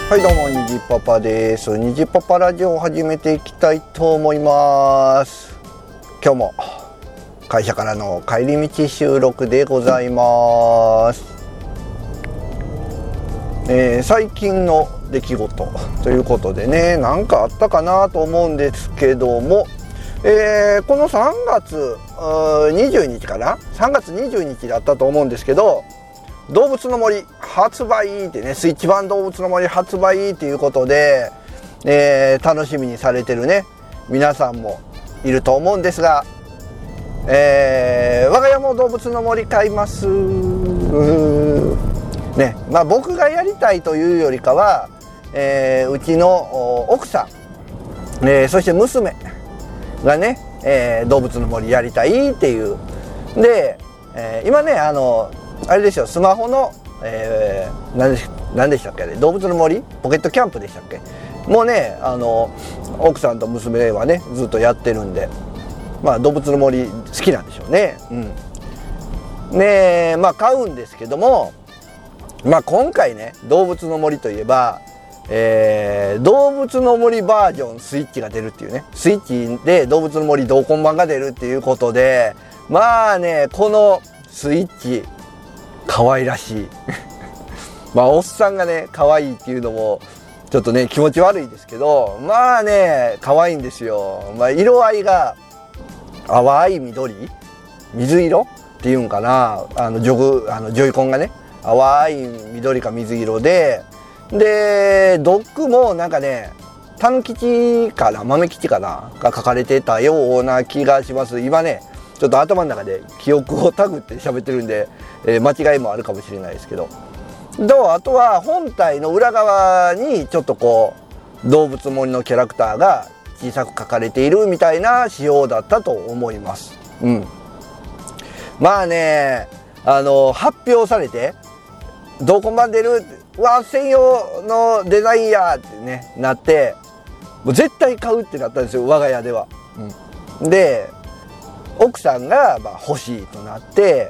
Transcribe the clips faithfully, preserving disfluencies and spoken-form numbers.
はいどうもにじパパです。にじパパラジオを始めていきたいと思います。今日も会社からの帰り道収録でございます。えー、最近の出来事ということでね、何かあったかなと思うんですけども、えー、このさんがつにじゅうにちかなさんがつにじゅうにちだったと思うんですけど、動物の森発売ってね、スイッチ版動物の森発売っていうことで、えー、楽しみにされてるね皆さんもいると思うんですが、えー、我が家も動物の森買いますね。まあ僕がやりたいというよりかは、えー、うちの奥さん、えー、そして娘がね、えー、動物の森やりたいっていうで、えー、今ねあのあれですよ、スマホの、えー、何でし、何でしたっけ、動物の森ポケットキャンプでしたっけ、もうねあの奥さんと娘はねずっとやってるんで、まあ動物の森好きなんでしょうね。うん、でまあ買うんですけども、まあ今回ね動物の森といえば、えー、動物の森バージョンスイッチが出るっていうね、スイッチで動物の森同梱版が出るっていうことで、まあねこのスイッチ可愛らしいまあおっさんがね可愛いっていうのもちょっとね気持ち悪いですけど、まあね可愛いんですよ。まあ、色合いが淡い緑水色っていうんかな、あのジョグあのジョイコンがね淡い緑か水色で、でドッグもなんかねタヌキチかな豆吉かなが書かれてたような気がします。今ねちょっと頭の中で記憶をたぐって喋ってるんで、えー、間違いもあるかもしれないですけど、とあとは本体の裏側にちょっとこう動物森のキャラクターが小さく書かれているみたいな仕様だったと思います。うん、まあねあの発表されて同梱版出るわ専用のデザインやってねなって、もう絶対買うってなったんですよ我が家では。うん、で奥さんがまあ欲しいとなって、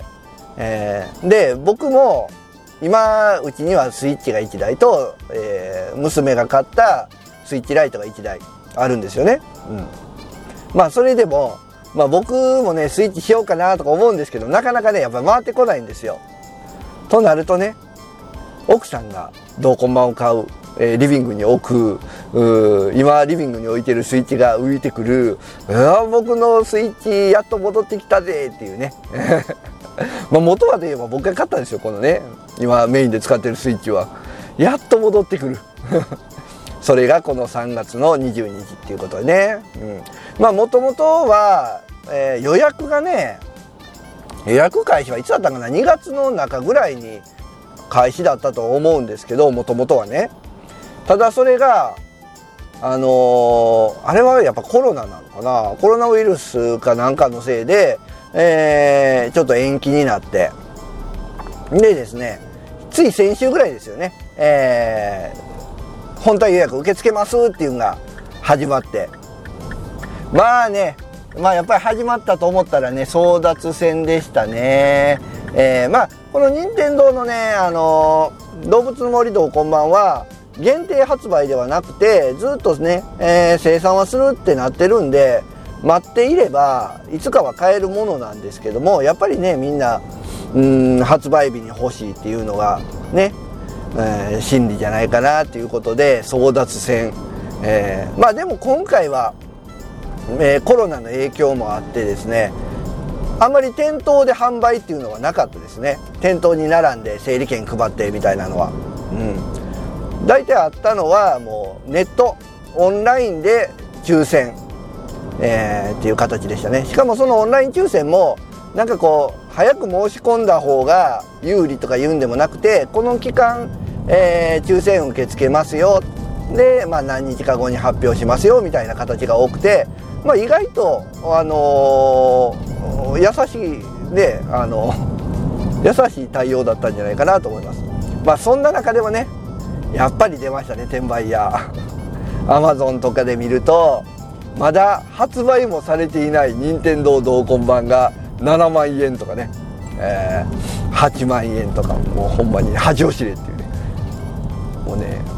えー、で僕も今うちにはスイッチがいちだいと、えー、娘が買ったスイッチライトがいちだいあるんですよね。うん、まあそれでも、まあ、僕もねスイッチしようかなとか思うんですけど、なかなかねやっぱり回ってこないんですよ。となるとね奥さんが同梱版を買う、えー、リビングに置く、今リビングに置いてるスイッチが浮いてくる、あ僕のスイッチやっと戻ってきたぜっていうねまあ元はといえば僕が買ったんですよ、このね今メインで使ってるスイッチはやっと戻ってくるそれがこのさんがつのにじゅうにちっていうことでね、うん、まあもともとは、えー、予約がね予約開始はいつだったかな、にがつの中ぐらいに開始だったと思うんですけど、もともとはね。ただそれがあのー、あれはやっぱコロナなのかな、コロナウイルスかなんかのせいで、えー、ちょっと延期になって、でですねつい先週ぐらいですよね、えー、本体予約受け付けますっていうのが始まって、まあねまあやっぱり始まったと思ったらね争奪戦でしたね。えー、まあこの任天堂のねあのー、動物の森同梱版は限定発売ではなくてずっとね、えー、生産はするってなってるんで、待っていればいつかは買えるものなんですけども、やっぱりねみんなうーん発売日に欲しいっていうのがね、えー、心理じゃないかなっていうことで争奪戦、えー、まあでも今回は、えー、コロナの影響もあってですね、あんまり店頭で販売っていうのはなかったですね。店頭に並んで整理券配ってみたいなのは、うん、大体あったのはもうネットオンラインで抽選、えー、っていう形でしたね。しかもそのオンライン抽選もなんかこう早く申し込んだ方が有利とか言うんでもなくて、この期間、えー、抽選受け付けますよで、まあ、何日か後に発表しますよみたいな形が多くて、まあ、意外とあのー、優しいねあの優しい対応だったんじゃないかなと思います。まあそんな中でもねやっぱり出ましたね転売ヤーアマゾンとかで見るとまだ発売もされていない任天堂同梱版がななまんえんとかね、えー、はちまんえんとかもうほんまに恥を知れっていうね、もうねもう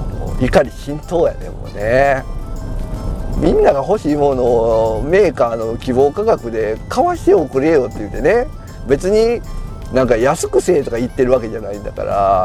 怒り心頭やねもうね。みんなが欲しいものをメーカーの希望価格で買わしておくれよって言ってね、別になんか安くせえとか言ってるわけじゃないんだから、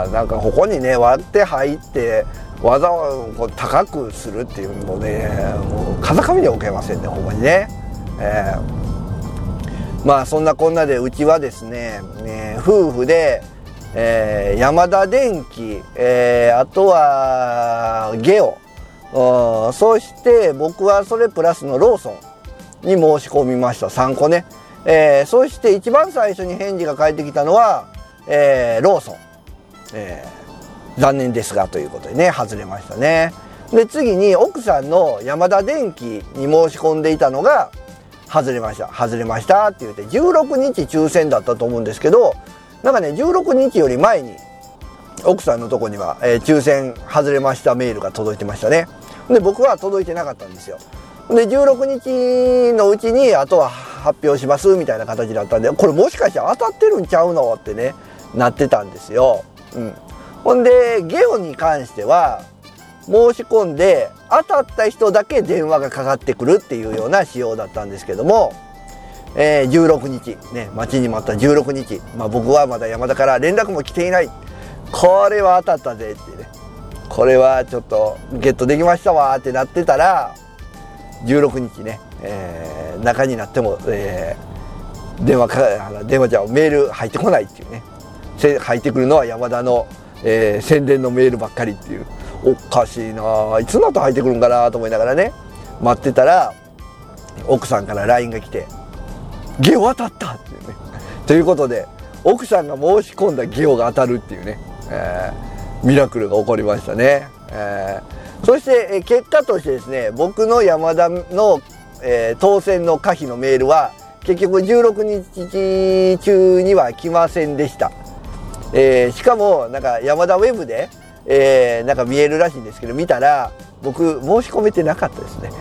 なんかここにね割って入ってわざわざこう高くするっていうのもね、もう風上には置けませんねほんまにね。えー、まあそんなこんなでうちはですね、ね夫婦で、えー、ヤマダ電機、えー、あとはゲオ、そして僕はそれプラスのローソンに申し込みました。さんこね。えー、そして一番最初に返事が返ってきたのは、えー、ローソン、えー、残念ですがということでね外れましたね。で次に奥さんのヤマダ電機に申し込んでいたのが外れました外れましたって言ってじゅうろくにち抽選だったと思うんですけど、なんかねじゅうろくにちより前に奥さんのとこには、えー、抽選外れましたメールが届いてましたね。で僕は届いてなかったんですよ。でじゅうろくにちのうちにあとは発表しますみたいな形だったんで、これもしかして当たってるんちゃうのってねなってたんですよ。うん、ほんでゲオに関しては申し込んで当たった人だけ電話がかかってくるっていうような仕様だったんですけども、えー、じゅうろくにちね待ちに待ったじゅうろくにち、まあ、僕はまだ山田から連絡も来ていない、これは当たったぜってね、これはちょっとゲットできましたわってなってたらじゅうろくにちね、えー、中になっても、えー、電話か電話じゃメール入ってこないっていうね、入ってくるのは山田の、えー、宣伝のメールばっかりっていう、おかしいな、いつの後入ってくるんかなと思いながらね待ってたら奥さんから ライン が来て「ゲオ当たった!」っていうねということで奥さんが申し込んだゲオが当たるっていうね、えー、ミラクルが起こりましたね。えーそして結果としてですね、僕の山田の、えー、当選の可否のメールは結局じゅうろくにち中には来ませんでした。えー、しかもなんか山田ウェブで、えー、なんか見えるらしいんですけど、見たら僕申し込めてなかったですね。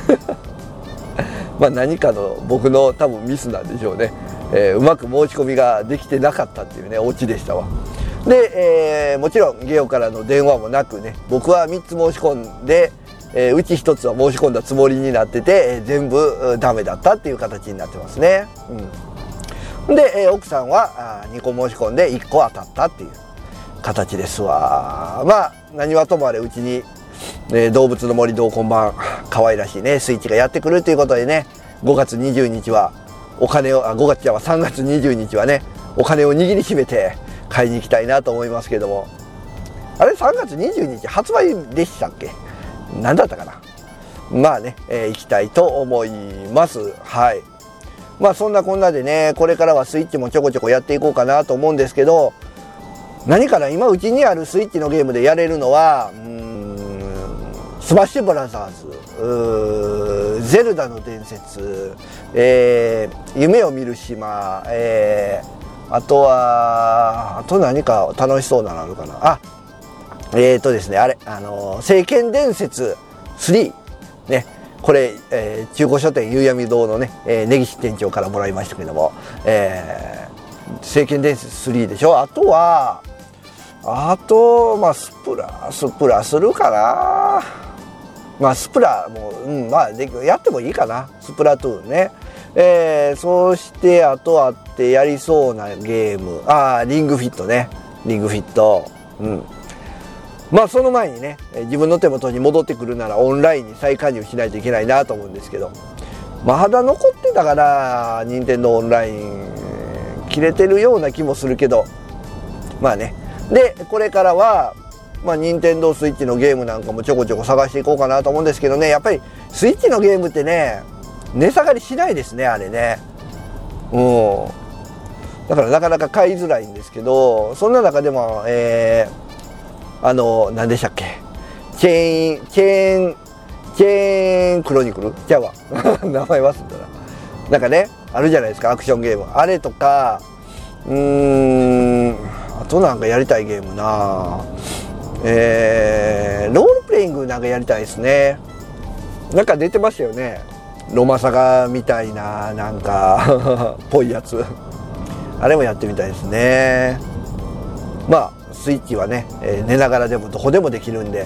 まあ何かの僕の多分ミスなんでしょうね。えー、うまく申し込みができてなかったっていうねオチでしたわ。で、えー、もちろんゲオからの電話もなくね、僕はみっつ申し込んで、えー、うちひとつは申し込んだつもりになってて、えー、全部ダメだったっていう形になってますね。うん、で、えー、奥さんはにこ申し込んでいっこ当たったっていう形ですわ。まあ何はともあれうちに、えー、動物の森同梱版可愛らしいねスイッチがやってくるということでね、ごがつにじゅうにちはお金をあごがつじゃさんがつにじゅうにちはねお金を握りしめて買いに行きたいなと思いますけども、あれさんがつにじゅうにち発売でしたっけ、何だったかな。まあね、えー、行きたいと思います。はい。まあそんなこんなでね、これからはスイッチもちょこちょこやっていこうかなと思うんですけど、何かな今うちにあるスイッチのゲームでやれるのはうーんスマッシュブラザーズ、うーゼルダの伝説、えー、夢を見る島、えーあとはあと何か楽しそうなのあるかなあ、えーとですねあれあの聖剣伝説スリーね、これ、えー、中古書店夕闇堂のね、えー、根岸店長からもらいましたけども、えー、聖剣伝説スリーでしょ。あとはあとまあスプラスプラするかな。まあスプラもうんまあでやってもいいかな、スプラトゥーンね。えー、そしてあとあってやりそうなゲーム、ああリングフィットね、リングフィット、うん、まあその前にね自分の手元に戻ってくるならオンラインに再加入しないといけないなと思うんですけど、まだ残ってたから任天堂オンライン切れてるような気もするけど、まあね。でこれからはまあ任天堂スイッチのゲームなんかもちょこちょこ探していこうかなと思うんですけどね、やっぱりスイッチのゲームってね値下がりしないですねあれね。うんだからなかなか買いづらいんですけど、そんな中でもえー、あの何でしたっけ、チェーンチェーンチェーンクロニクルちゃうわ名前忘れたな。なんかねあるじゃないですかアクションゲーム、あれとかうーんあとなんかやりたいゲームな、えー、ロールプレイングなんかやりたいですね。なんか出てましたよね、ロマサガみたいななんかぽいやつ、あれもやってみたいですね。まあスイッチはね、えー、寝ながらでもどこでもできるんで、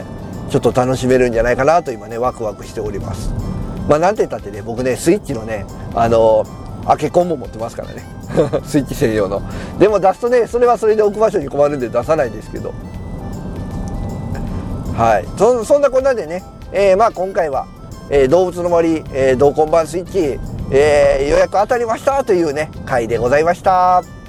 ちょっと楽しめるんじゃないかなと今ねワクワクしております。まあなんて言ったってね、僕ねスイッチのねあの開けコンも持ってますからねスイッチ専用の。でも出すとねそれはそれで置く場所に困るんで出さないですけど、はい、そ, そんなこんなでね、えー、まあ今回は、えー、動物の森、えー、同梱版スイッチ、えー、予約当たりましたというね回でございました。